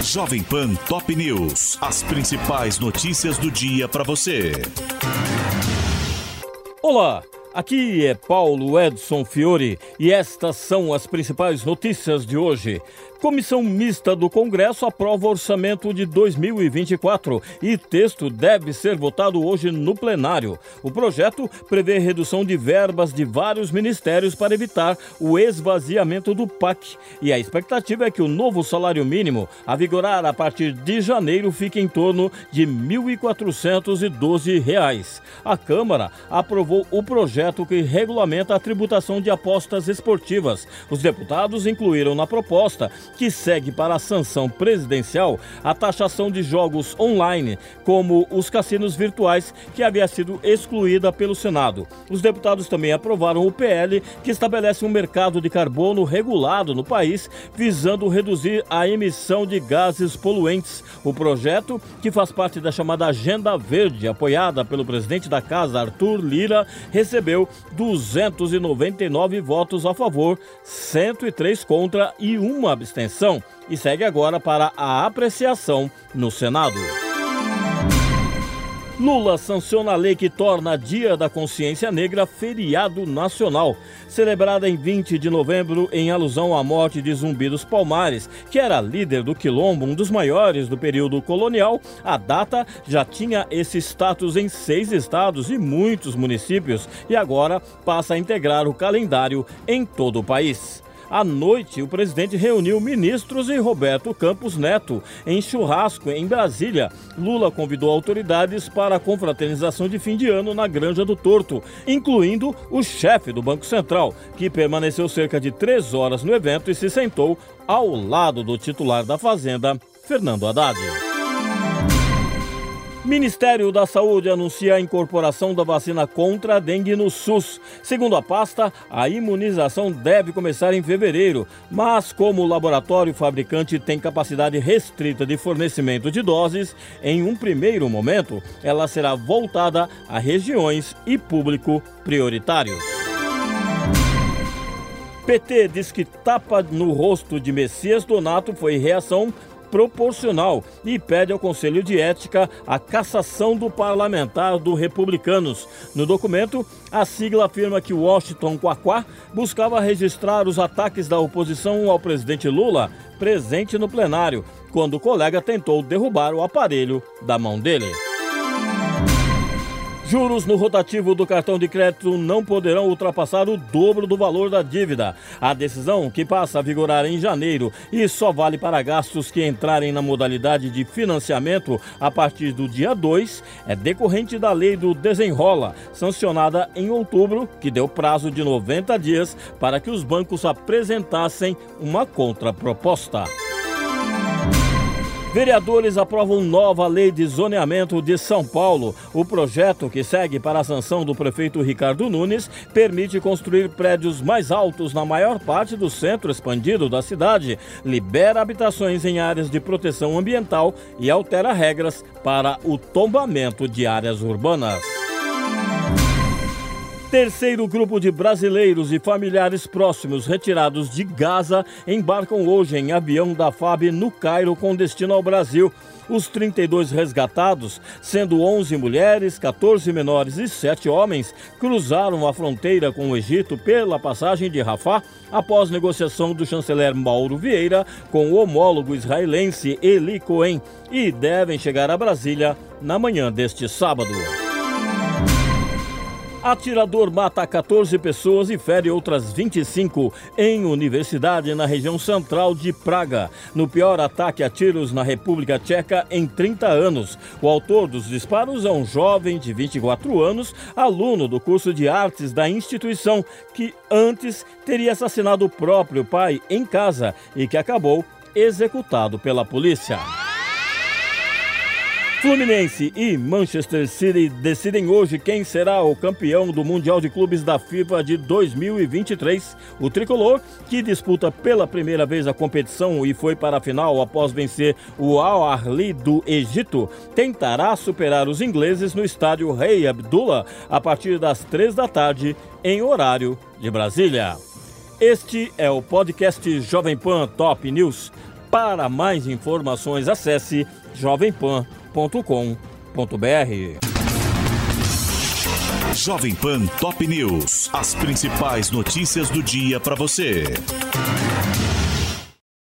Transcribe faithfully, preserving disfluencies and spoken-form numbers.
Jovem Pan Top News. As principais notícias do dia para você. Olá, aqui é Paulo Edson Fiore e estas são as principais notícias de hoje. Comissão Mista do Congresso aprova o orçamento de dois mil e vinte e quatro e texto deve ser votado hoje no plenário. O projeto prevê redução de verbas de vários ministérios para evitar o esvaziamento do P A C. E a expectativa é que o novo salário mínimo, a vigorar a partir de janeiro, fique em torno de mil e quatrocentos e doze reais. A Câmara aprovou o projeto que regulamenta a tributação de apostas esportivas. Os deputados incluíram na proposta, que segue para a sanção presidencial, a taxação de jogos online, como os cassinos virtuais, que havia sido excluída pelo Senado. Os deputados também aprovaram o P L, que estabelece um mercado de carbono regulado no país, visando reduzir a emissão de gases poluentes. O projeto, que faz parte da chamada Agenda Verde, apoiada pelo presidente da Casa, Arthur Lira, recebeu duzentos e noventa e nove votos a favor, cento e três contra e uma abstenção. E segue agora para a apreciação no Senado. Lula sanciona a lei que torna Dia da Consciência Negra feriado nacional. Celebrada em vinte de novembro em alusão à morte de Zumbi dos Palmares, que era líder do Quilombo, um dos maiores do período colonial, a data já tinha esse status em seis estados e muitos municípios e agora passa a integrar o calendário em todo o país. À noite, o presidente reuniu ministros e Roberto Campos Neto em churrasco em Brasília. Lula convidou autoridades para a confraternização de fim de ano na Granja do Torto, incluindo o chefe do Banco Central, que permaneceu cerca de três horas no evento e se sentou ao lado do titular da Fazenda, Fernando Haddad. Ministério da Saúde anuncia a incorporação da vacina contra a dengue no SUS. Segundo a pasta, a imunização deve começar em fevereiro, mas como o laboratório fabricante tem capacidade restrita de fornecimento de doses, em um primeiro momento, ela será voltada a regiões e público prioritários. P T diz que tapa no rosto de Messias Donato foi reação proporcional e pede ao Conselho de Ética a cassação do parlamentar do Republicanos. No documento, a sigla afirma que Washington Quaquá buscava registrar os ataques da oposição ao presidente Lula presente no plenário, quando o colega tentou derrubar o aparelho da mão dele. Juros no rotativo do cartão de crédito não poderão ultrapassar o dobro do valor da dívida. A decisão, que passa a vigorar em janeiro e só vale para gastos que entrarem na modalidade de financiamento a partir do dia dois, é decorrente da lei do Desenrola, sancionada em outubro, que deu prazo de noventa dias para que os bancos apresentassem uma contraproposta. Vereadores aprovam nova lei de zoneamento de São Paulo. O projeto, que segue para a sanção do prefeito Ricardo Nunes, permite construir prédios mais altos na maior parte do centro expandido da cidade, libera habitações em áreas de proteção ambiental e altera regras para o tombamento de áreas urbanas. Terceiro grupo de brasileiros e familiares próximos retirados de Gaza embarcam hoje em avião da F A B no Cairo com destino ao Brasil. Os trinta e dois resgatados, sendo onze mulheres, quatorze menores e sete homens, cruzaram a fronteira com o Egito pela passagem de Rafah após negociação do chanceler Mauro Vieira com o homólogo israelense Eli Cohen e devem chegar a Brasília na manhã deste sábado. Atirador mata quatorze pessoas e fere outras vinte e cinco em universidade na região central de Praga, no pior ataque a tiros na República Tcheca em trinta anos. O autor dos disparos é um jovem de vinte e quatro anos, aluno do curso de artes da instituição, que antes teria assassinado o próprio pai em casa e que acabou executado pela polícia. Fluminense e Manchester City decidem hoje quem será o campeão do Mundial de Clubes da FIFA de dois mil e vinte e três. O tricolor, que disputa pela primeira vez a competição e foi para a final após vencer o Al Ahly do Egito, tentará superar os ingleses no estádio Rei Abdullah a partir das três da tarde, em horário de Brasília. Este é o podcast Jovem Pan Top News. Para mais informações, acesse jovem pan ponto com ponto br. Jovem Pan Top News. As principais notícias do dia para você.